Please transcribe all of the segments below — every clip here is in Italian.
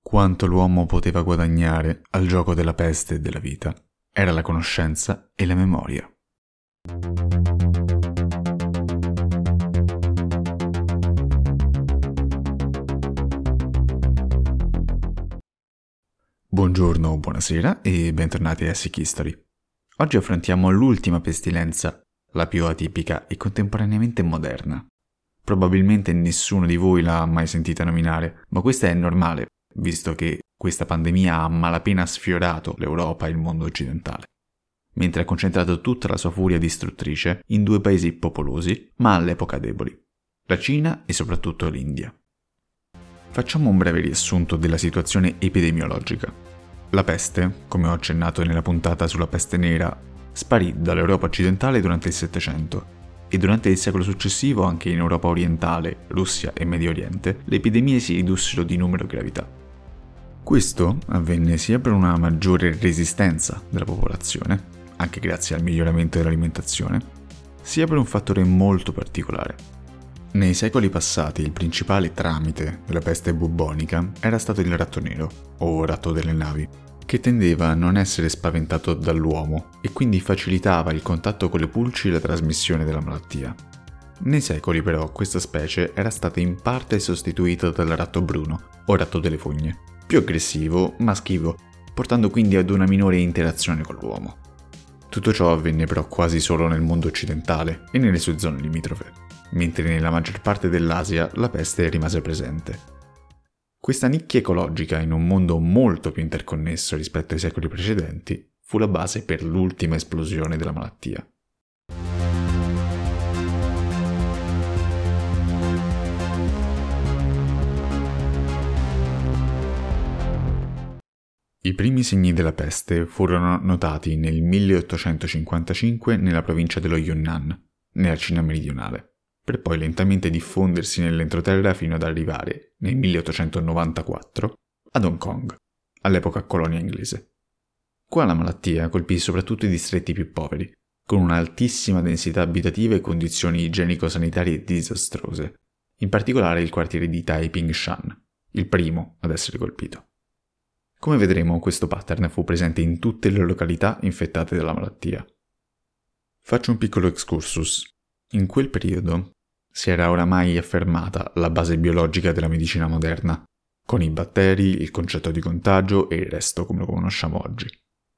Quanto l'uomo poteva guadagnare al gioco della peste e della vita era la conoscenza e la memoria. Buongiorno, buonasera e bentornati a Sick History. Oggi affrontiamo l'ultima pestilenza, la più atipica e contemporaneamente moderna. Probabilmente nessuno di voi l'ha mai sentita nominare, ma questa è normale, visto che questa pandemia ha malapena sfiorato l'Europa e il mondo occidentale, mentre ha concentrato tutta la sua furia distruttrice in due paesi popolosi, ma all'epoca deboli, la Cina e soprattutto l'India. Facciamo un breve riassunto della situazione epidemiologica. La peste, come ho accennato nella puntata sulla peste nera, sparì dall'Europa occidentale durante il Settecento e durante il secolo successivo anche in Europa orientale, Russia e Medio Oriente le epidemie si ridussero di numero e gravità. Questo avvenne sia per una maggiore resistenza della popolazione, anche grazie al miglioramento dell'alimentazione, sia per un fattore molto particolare. Nei secoli passati il principale tramite della peste bubbonica era stato il ratto nero, o ratto delle navi, che tendeva a non essere spaventato dall'uomo e quindi facilitava il contatto con le pulci e la trasmissione della malattia. Nei secoli però questa specie era stata in parte sostituita dal ratto bruno, o ratto delle fogne, più aggressivo ma schivo, portando quindi ad una minore interazione con l'uomo. Tutto ciò avvenne però quasi solo nel mondo occidentale e nelle sue zone limitrofe, mentre nella maggior parte dell'Asia la peste rimase presente. Questa nicchia ecologica in un mondo molto più interconnesso rispetto ai secoli precedenti fu la base per l'ultima esplosione della malattia. I primi segni della peste furono notati nel 1855 nella provincia dello Yunnan, nella Cina meridionale, per poi lentamente diffondersi nell'entroterra fino ad arrivare, nel 1894, ad Hong Kong, all'epoca colonia inglese. Qua la malattia colpì soprattutto i distretti più poveri, con un'altissima densità abitativa e condizioni igienico-sanitarie disastrose, in particolare il quartiere di Taiping Shan, il primo ad essere colpito. Come vedremo, questo pattern fu presente in tutte le località infettate dalla malattia. Faccio un piccolo excursus. In quel periodo si era oramai affermata la base biologica della medicina moderna, con i batteri, il concetto di contagio e il resto come lo conosciamo oggi.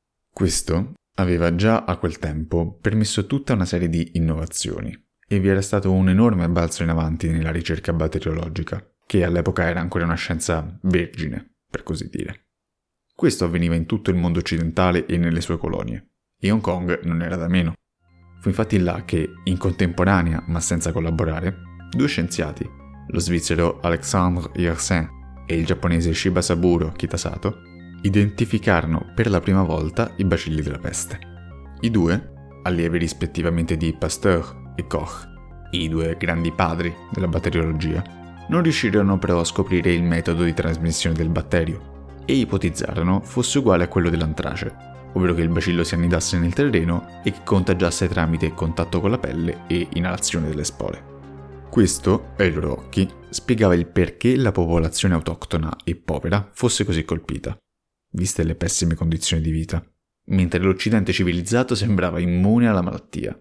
Questo aveva già a quel tempo permesso tutta una serie di innovazioni e vi era stato un enorme balzo in avanti nella ricerca batteriologica, che all'epoca era ancora una scienza vergine, per così dire. Questo avveniva in tutto il mondo occidentale e nelle sue colonie, e Hong Kong non era da meno. Fu infatti là che, in contemporanea ma senza collaborare, due scienziati, lo svizzero Alexandre Yersin e il giapponese Shibasaburo Kitasato, identificarono per la prima volta i bacilli della peste. I due, allievi rispettivamente di Pasteur e Koch, i due grandi padri della batteriologia, non riuscirono però a scoprire il metodo di trasmissione del batterio e ipotizzarono fosse uguale a quello dell'antrace, ovvero che il bacillo si annidasse nel terreno e che contagiasse tramite contatto con la pelle e inalazione delle spore. Questo, ai loro occhi, spiegava il perché la popolazione autoctona e povera fosse così colpita, viste le pessime condizioni di vita, mentre l'Occidente civilizzato sembrava immune alla malattia.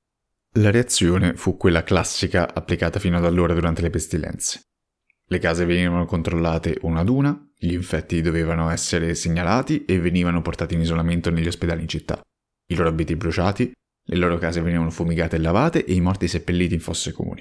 La reazione fu quella classica applicata fino ad allora durante le pestilenze. Le case venivano controllate una ad una, gli infetti dovevano essere segnalati e venivano portati in isolamento negli ospedali in città, i loro abiti bruciati, le loro case venivano fumigate e lavate e i morti seppelliti in fosse comuni.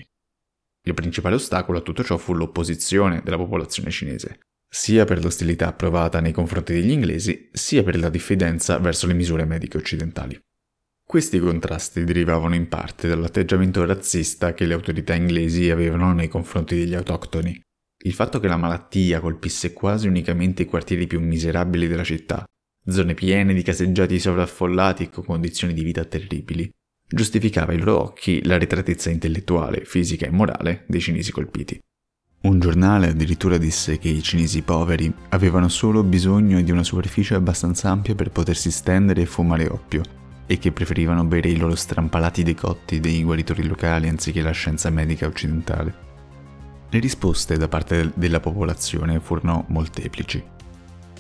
Il principale ostacolo a tutto ciò fu l'opposizione della popolazione cinese, sia per l'ostilità provata nei confronti degli inglesi, sia per la diffidenza verso le misure mediche occidentali. Questi contrasti derivavano in parte dall'atteggiamento razzista che le autorità inglesi avevano nei confronti degli autoctoni. Il fatto che la malattia colpisse quasi unicamente i quartieri più miserabili della città, zone piene di caseggiati sovraffollati e con condizioni di vita terribili, giustificava ai loro occhi la retratezza intellettuale, fisica e morale dei cinesi colpiti. Un giornale addirittura disse che i cinesi poveri avevano solo bisogno di una superficie abbastanza ampia per potersi stendere e fumare oppio, e che preferivano bere i loro strampalati decotti dei guaritori locali anziché la scienza medica occidentale. Le risposte da parte della popolazione furono molteplici.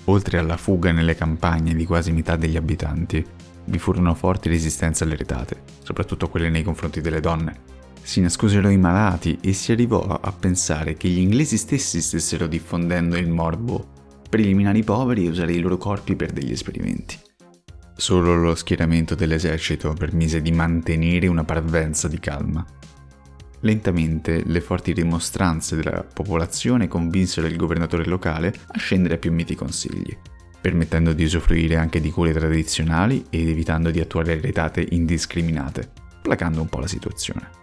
Oltre alla fuga nelle campagne di quasi metà degli abitanti, vi furono forti resistenze alle retate, soprattutto quelle nei confronti delle donne. Si nascosero i malati e si arrivò a pensare che gli inglesi stessi stessero diffondendo il morbo per eliminare i poveri e usare i loro corpi per degli esperimenti. Solo lo schieramento dell'esercito permise di mantenere una parvenza di calma. Lentamente le forti rimostranze della popolazione convinsero il governatore locale a scendere a più miti consigli, permettendo di usufruire anche di cure tradizionali ed evitando di attuare retate indiscriminate, placando un po' la situazione.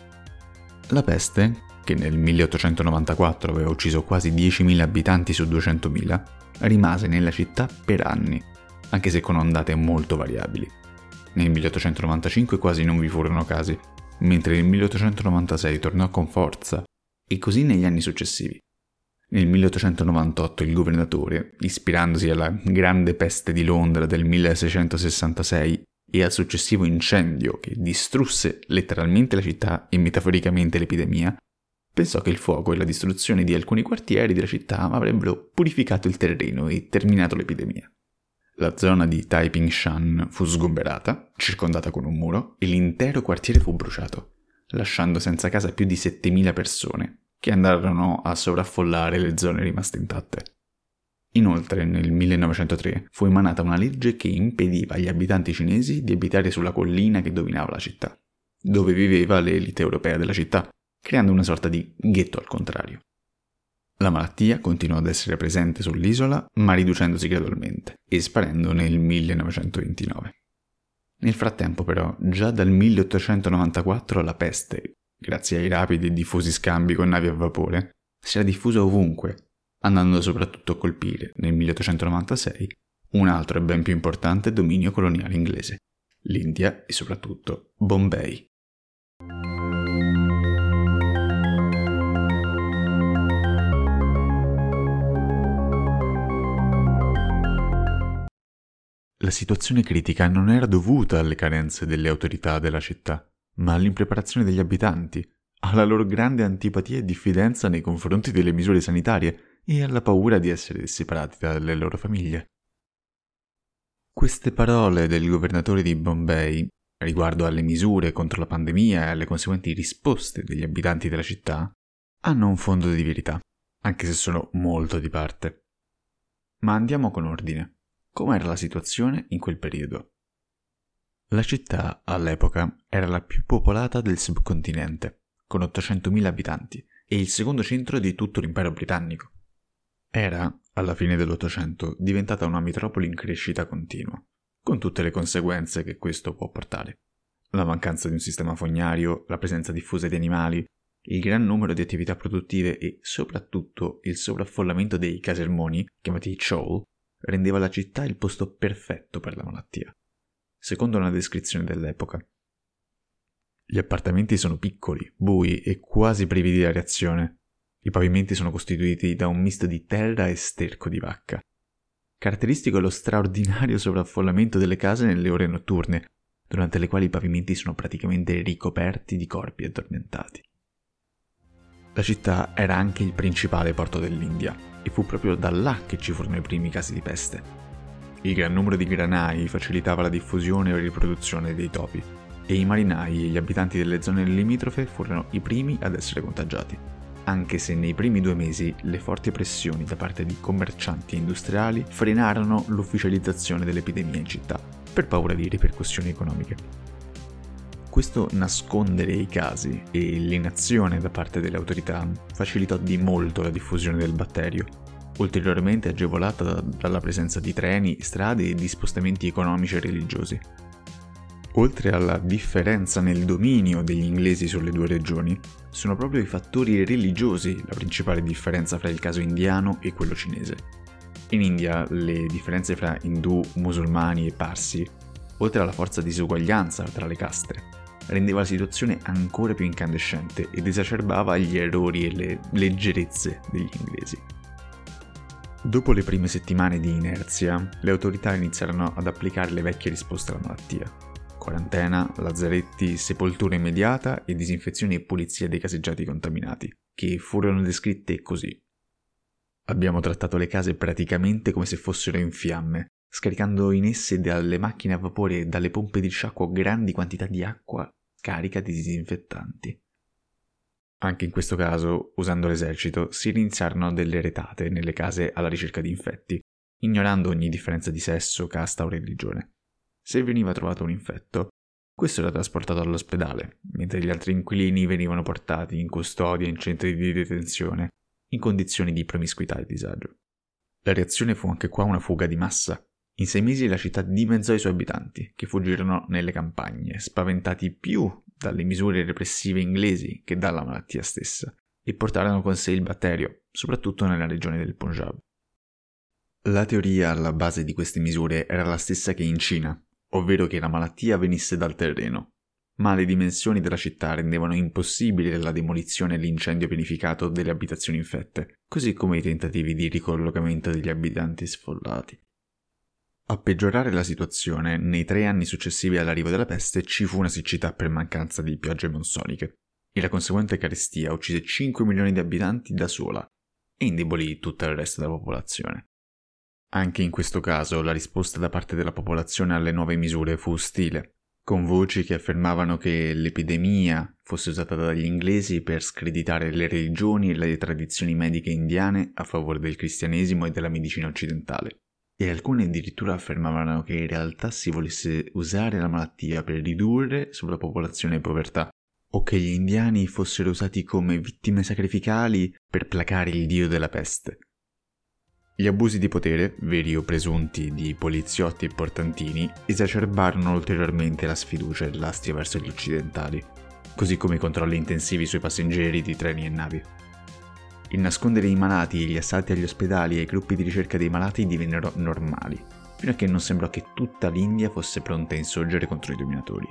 La peste, che nel 1894 aveva ucciso quasi 10.000 abitanti su 200.000, rimase nella città per anni, anche se con ondate molto variabili. Nel 1895 quasi non vi furono casi, mentre nel 1896 tornò con forza, e così negli anni successivi. Nel 1898 il governatore, ispirandosi alla Grande Peste di Londra del 1666 e al successivo incendio che distrusse letteralmente la città e metaforicamente l'epidemia, pensò che il fuoco e la distruzione di alcuni quartieri della città avrebbero purificato il terreno e terminato l'epidemia. La zona di Taiping Shan fu sgomberata, circondata con un muro, e l'intero quartiere fu bruciato, lasciando senza casa più di 7.000 persone, che andarono a sovraffollare le zone rimaste intatte. Inoltre, nel 1903 fu emanata una legge che impediva agli abitanti cinesi di abitare sulla collina che dominava la città, dove viveva l'elite europea della città, creando una sorta di ghetto al contrario. La malattia continuò ad essere presente sull'isola, ma riducendosi gradualmente e sparendo nel 1929. Nel frattempo, però, già dal 1894 la peste, grazie ai rapidi e diffusi scambi con navi a vapore, si era diffusa ovunque, andando soprattutto a colpire, nel 1896, un altro e ben più importante dominio coloniale inglese, l'India e soprattutto Bombay. La situazione critica non era dovuta alle carenze delle autorità della città, ma all'impreparazione degli abitanti, alla loro grande antipatia e diffidenza nei confronti delle misure sanitarie e alla paura di essere separati dalle loro famiglie. Queste parole del governatore di Bombay, riguardo alle misure contro la pandemia e alle conseguenti risposte degli abitanti della città, hanno un fondo di verità, anche se sono molto di parte. Ma andiamo con ordine. Com'era la situazione in quel periodo? La città, all'epoca, era la più popolata del subcontinente, con 800.000 abitanti, e il secondo centro di tutto l'impero britannico. Era, alla fine dell'Ottocento, diventata una metropoli in crescita continua, con tutte le conseguenze che questo può portare. La mancanza di un sistema fognario, la presenza diffusa di animali, il gran numero di attività produttive e, soprattutto, il sovraffollamento dei casermoni, chiamati chawl, rendeva la città il posto perfetto per la malattia, secondo una descrizione dell'epoca. Gli appartamenti sono piccoli, bui e quasi privi di areazione. I pavimenti sono costituiti da un misto di terra e sterco di vacca. Caratteristico è lo straordinario sovraffollamento delle case nelle ore notturne, durante le quali i pavimenti sono praticamente ricoperti di corpi addormentati. La città era anche il principale porto dell'India, e fu proprio da là che ci furono i primi casi di peste. Il gran numero di granai facilitava la diffusione e riproduzione dei topi, e i marinai e gli abitanti delle zone limitrofe furono i primi ad essere contagiati, anche se nei primi 2 mesi le forti pressioni da parte di commercianti e industriali frenarono l'ufficializzazione dell'epidemia in città, per paura di ripercussioni economiche. Questo nascondere i casi e l'inazione da parte delle autorità facilitò di molto la diffusione del batterio, ulteriormente agevolata dalla presenza di treni, strade e di spostamenti economici e religiosi. Oltre alla differenza nel dominio degli inglesi sulle 2 regioni, sono proprio i fattori religiosi la principale differenza fra il caso indiano e quello cinese. In India le differenze fra indù, musulmani e parsi, oltre alla forza disuguaglianza tra le caste, rendeva la situazione ancora più incandescente ed esacerbava gli errori e le leggerezze degli inglesi. Dopo le prime settimane di inerzia, le autorità iniziarono ad applicare le vecchie risposte alla malattia: quarantena, lazzaretti, sepoltura immediata e disinfezione e pulizia dei caseggiati contaminati, che furono descritte così. Abbiamo trattato le case praticamente come se fossero in fiamme, scaricando in esse dalle macchine a vapore e dalle pompe di sciacquo grandi quantità di acqua carica di disinfettanti. Anche in questo caso, usando l'esercito, si iniziarono delle retate nelle case alla ricerca di infetti, ignorando ogni differenza di sesso, casta o religione. Se veniva trovato un infetto, questo era trasportato all'ospedale, mentre gli altri inquilini venivano portati in custodia in centri di detenzione, in condizioni di promiscuità e disagio. La reazione fu anche qua una fuga di massa. In 6 mesi la città dimezzò i suoi abitanti, che fuggirono nelle campagne, spaventati più dalle misure repressive inglesi che dalla malattia stessa, e portarono con sé il batterio, soprattutto nella regione del Punjab. La teoria alla base di queste misure era la stessa che in Cina, ovvero che la malattia venisse dal terreno, ma le dimensioni della città rendevano impossibile la demolizione e l'incendio pianificato delle abitazioni infette, così come i tentativi di ricollocamento degli abitanti sfollati. A peggiorare la situazione, nei 3 anni successivi all'arrivo della peste ci fu una siccità per mancanza di piogge monsoniche, e la conseguente carestia uccise 5 milioni di abitanti da sola e indebolì tutto il resto della popolazione. Anche in questo caso la risposta da parte della popolazione alle nuove misure fu ostile, con voci che affermavano che l'epidemia fosse usata dagli inglesi per screditare le religioni e le tradizioni mediche indiane a favore del cristianesimo e della medicina occidentale. E alcuni addirittura affermavano che in realtà si volesse usare la malattia per ridurre sovrapopolazione e povertà, o che gli indiani fossero usati come vittime sacrificali per placare il dio della peste. Gli abusi di potere, veri o presunti, di poliziotti e portantini esacerbarono ulteriormente la sfiducia e l'astia verso gli occidentali, così come i controlli intensivi sui passeggeri di treni e navi. Il nascondere i malati e gli assalti agli ospedali e ai gruppi di ricerca dei malati divennero normali, fino a che non sembrò che tutta l'India fosse pronta a insorgere contro i dominatori.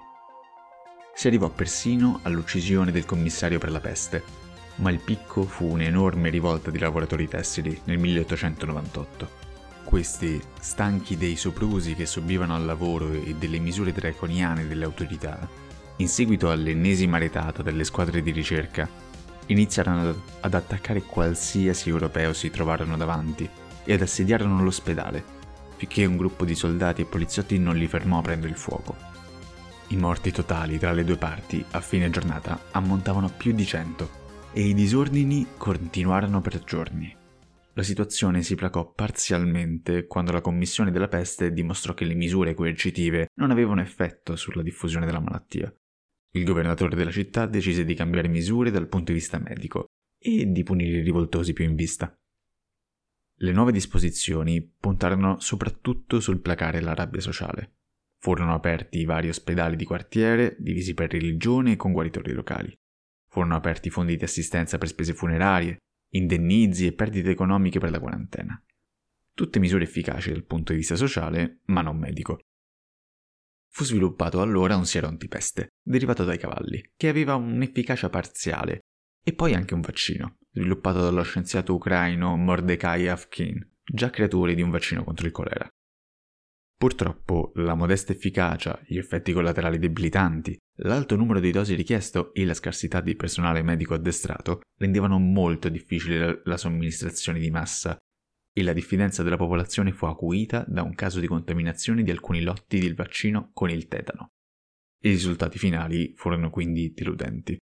Si arrivò persino all'uccisione del commissario per la peste, ma il picco fu un'enorme rivolta di lavoratori tessili nel 1898. Questi, stanchi dei soprusi che subivano al lavoro e delle misure draconiane delle autorità, in seguito all'ennesima retata delle squadre di ricerca, iniziarono ad attaccare qualsiasi europeo si trovarono davanti e ad assediarono l'ospedale, finché un gruppo di soldati e poliziotti non li fermò aprendo il fuoco. I morti totali tra le due parti a fine giornata ammontavano a più di 100 e i disordini continuarono per giorni. La situazione si placò parzialmente quando la commissione della peste dimostrò che le misure coercitive non avevano effetto sulla diffusione della malattia. Il governatore della città decise di cambiare misure dal punto di vista medico e di punire i rivoltosi più in vista. Le nuove disposizioni puntarono soprattutto sul placare la rabbia sociale. Furono aperti vari ospedali di quartiere, divisi per religione e con guaritori locali. Furono aperti fondi di assistenza per spese funerarie, indennizi e perdite economiche per la quarantena. Tutte misure efficaci dal punto di vista sociale, ma non medico. Fu sviluppato allora un siero antipeste, derivato dai cavalli, che aveva un'efficacia parziale, e poi anche un vaccino, sviluppato dallo scienziato ucraino Mordechai Avkin, già creatore di un vaccino contro il colera. Purtroppo la modesta efficacia, gli effetti collaterali debilitanti, l'alto numero di dosi richiesto e la scarsità di personale medico addestrato rendevano molto difficile la somministrazione di massa, e la diffidenza della popolazione fu acuita da un caso di contaminazione di alcuni lotti del vaccino con il tetano. I risultati finali furono quindi deludenti.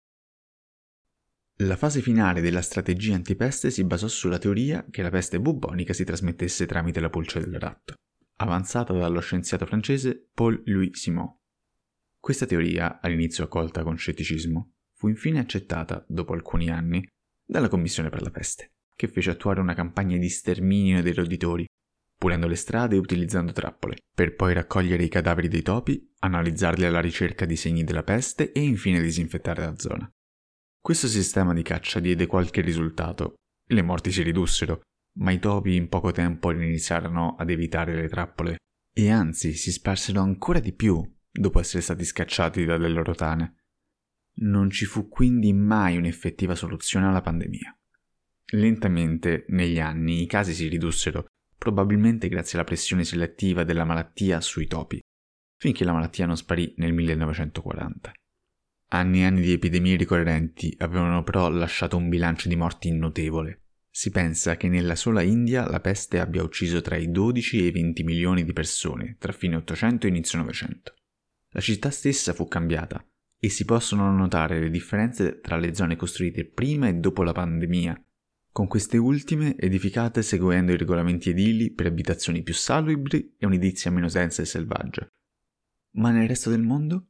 La fase finale della strategia antipeste si basò sulla teoria che la peste bubbonica si trasmettesse tramite la pulce del ratto, avanzata dallo scienziato francese Paul-Louis Simon. Questa teoria, all'inizio accolta con scetticismo, fu infine accettata, dopo alcuni anni, dalla Commissione per la peste, che fece attuare una campagna di sterminio dei roditori, pulendo le strade e utilizzando trappole, per poi raccogliere i cadaveri dei topi, analizzarli alla ricerca di segni della peste e infine disinfettare la zona. Questo sistema di caccia diede qualche risultato, le morti si ridussero, ma i topi in poco tempo iniziarono ad evitare le trappole e anzi si sparsero ancora di più dopo essere stati scacciati dalle loro tane. Non ci fu quindi mai un'effettiva soluzione alla pandemia. Lentamente, negli anni, i casi si ridussero, probabilmente grazie alla pressione selettiva della malattia sui topi, finché la malattia non sparì nel 1940. Anni e anni di epidemie ricorrenti avevano però lasciato un bilancio di morti notevole, Si pensa che nella sola India la peste abbia ucciso tra i 12 e i 20 milioni di persone tra fine 800 e inizio 900. La città stessa fu cambiata e si possono notare le differenze tra le zone costruite prima e dopo la pandemia, con queste ultime edificate seguendo i regolamenti edili per abitazioni più salubri e un'edilizia meno densa e selvaggia. Ma nel resto del mondo?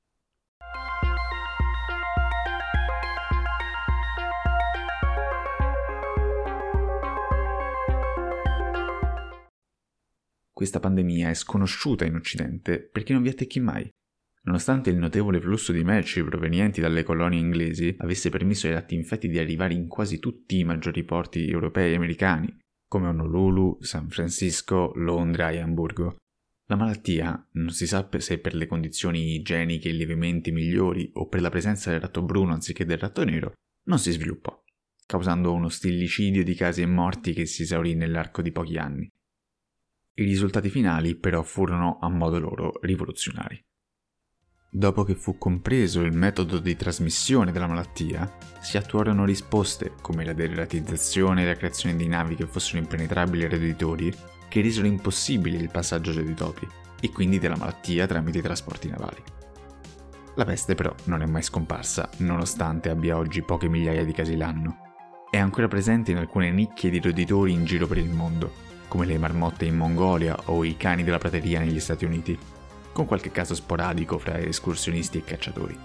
Questa pandemia è sconosciuta in Occidente perché non vi attecchi mai. Nonostante il notevole flusso di merci provenienti dalle colonie inglesi avesse permesso ai ratti infetti di arrivare in quasi tutti i maggiori porti europei e americani, come Honolulu, San Francisco, Londra e Amburgo, la malattia, non si sa se per le condizioni igieniche lievemente migliori o per la presenza del ratto bruno anziché del ratto nero, non si sviluppò, causando uno stillicidio di casi e morti che si esaurì nell'arco di pochi anni. I risultati finali però furono a modo loro rivoluzionari. Dopo che fu compreso il metodo di trasmissione della malattia, si attuarono risposte come la deratizzazione e la creazione di navi che fossero impenetrabili ai roditori, che resero impossibile il passaggio dei topi e quindi della malattia tramite i trasporti navali. La peste però non è mai scomparsa, nonostante abbia oggi poche migliaia di casi l'anno. È ancora presente in alcune nicchie di roditori in giro per il mondo, come le marmotte in Mongolia o i cani della prateria negli Stati Uniti, con qualche caso sporadico fra escursionisti e cacciatori.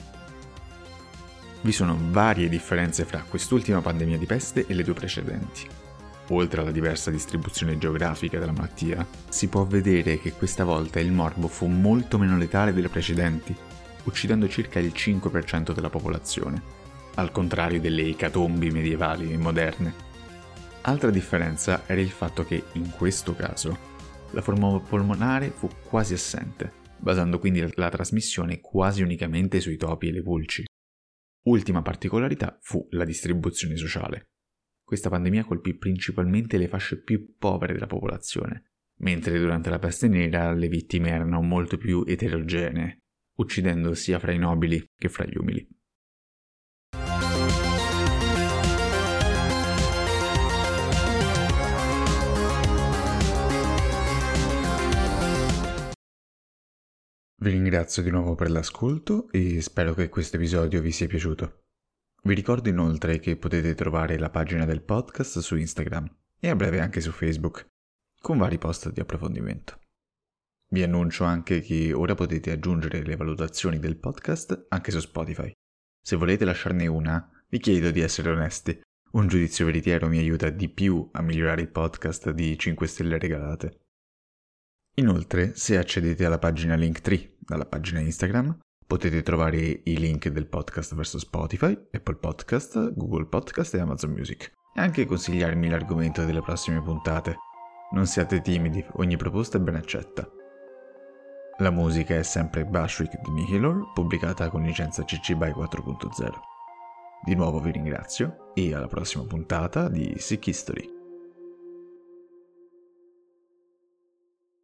Vi sono varie differenze fra quest'ultima pandemia di peste e le due precedenti. Oltre alla diversa distribuzione geografica della malattia, si può vedere che questa volta il morbo fu molto meno letale delle precedenti, uccidendo circa il 5% della popolazione, al contrario delle ecatombi medievali e moderne. Altra differenza era il fatto che, in questo caso, la forma polmonare fu quasi assente, basando quindi la trasmissione quasi unicamente sui topi e le pulci. Ultima particolarità fu la distribuzione sociale. Questa pandemia colpì principalmente le fasce più povere della popolazione, mentre durante la peste nera le vittime erano molto più eterogenee, uccidendo sia fra i nobili che fra gli umili. Vi ringrazio di nuovo per l'ascolto e spero che questo episodio vi sia piaciuto. Vi ricordo inoltre che potete trovare la pagina del podcast su Instagram e a breve anche su Facebook, con vari post di approfondimento. Vi annuncio anche che ora potete aggiungere le valutazioni del podcast anche su Spotify. Se volete lasciarne una, vi chiedo di essere onesti. Un giudizio veritiero mi aiuta di più a migliorare il podcast di 5 stelle regalate. Inoltre, se accedete alla pagina Linktree dalla pagina Instagram, potete trovare i link del podcast verso Spotify, Apple Podcast, Google Podcast e Amazon Music, e anche consigliarmi l'argomento delle prossime puntate. Non siate timidi, ogni proposta è ben accetta. La musica è sempre Bushwick di Nihilor, pubblicata con licenza CC BY 4.0. Di nuovo vi ringrazio e alla prossima puntata di Sick History.